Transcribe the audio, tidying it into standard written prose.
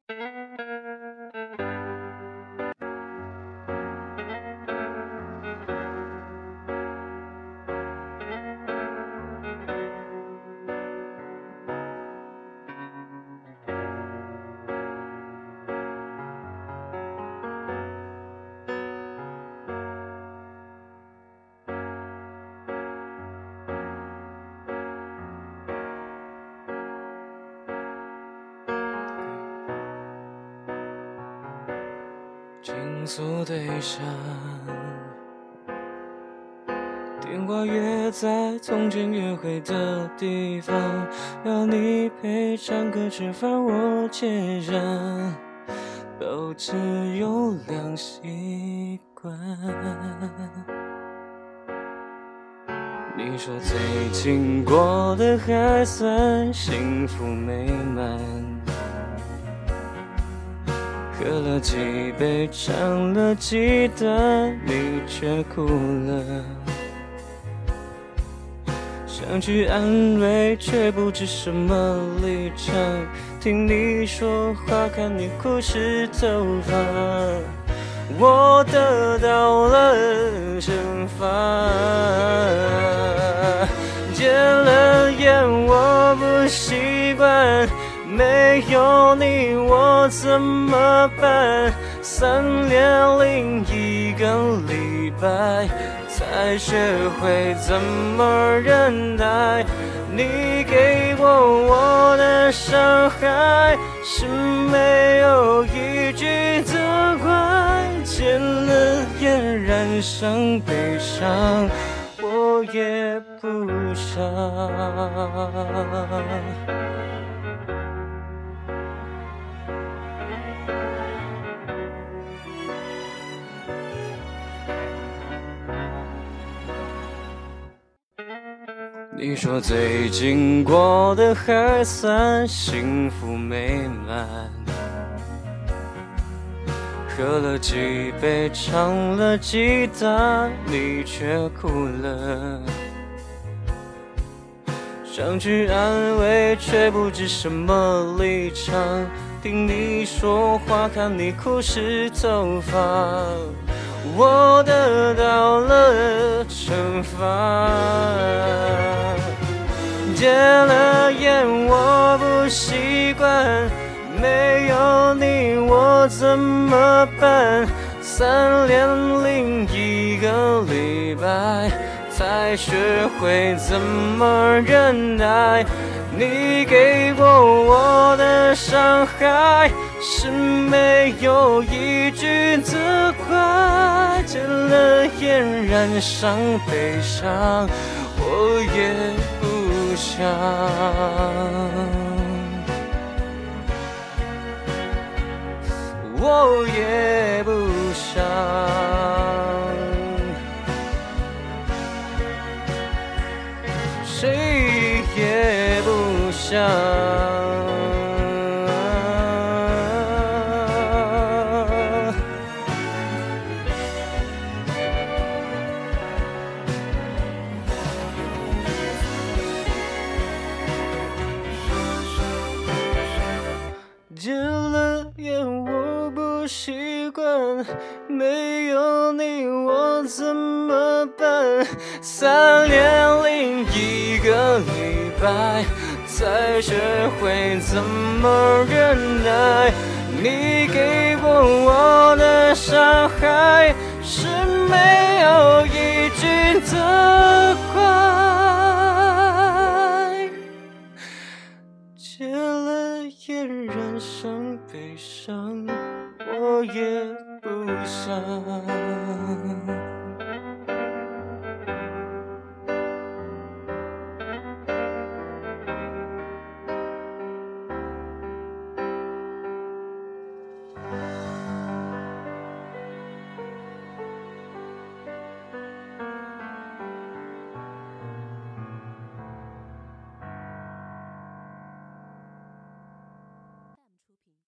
倾诉对象，电话约在从前约会的地方，要你陪唱歌吃饭，我接上，保持优良习惯。你说最近过得还算幸福美满，喝了几杯，唱了几段，你却哭了。想去安慰，却不知什么立场。听你说话，看你哭湿头发，我得到了惩罚。戒了烟，我不习惯。没有你我怎么办？3年零1个礼拜，才学会怎么忍耐。你给我的伤害，是没有一句责怪。戒了烟，染上悲伤，我也不想。你说最近过得还算幸福美满，喝了几杯，唱了几段，你却哭了。想去安慰，却不知什么立场。听你说话，看你哭湿头发，我得到了惩罚。戒了烟，我不习惯。没有你，我怎么办？3年零1个礼拜，才学会怎么忍耐。你给我的伤害，是没有一句责怪。戒了烟，染上悲伤，我也不想。我也不想，谁也不想。戒了烟，我不习惯。没有你，我怎么办？3年零1个礼拜，才学会怎么忍耐。你给我的伤害，是没有一句责怪。戒了烟，染上悲伤，我也不想。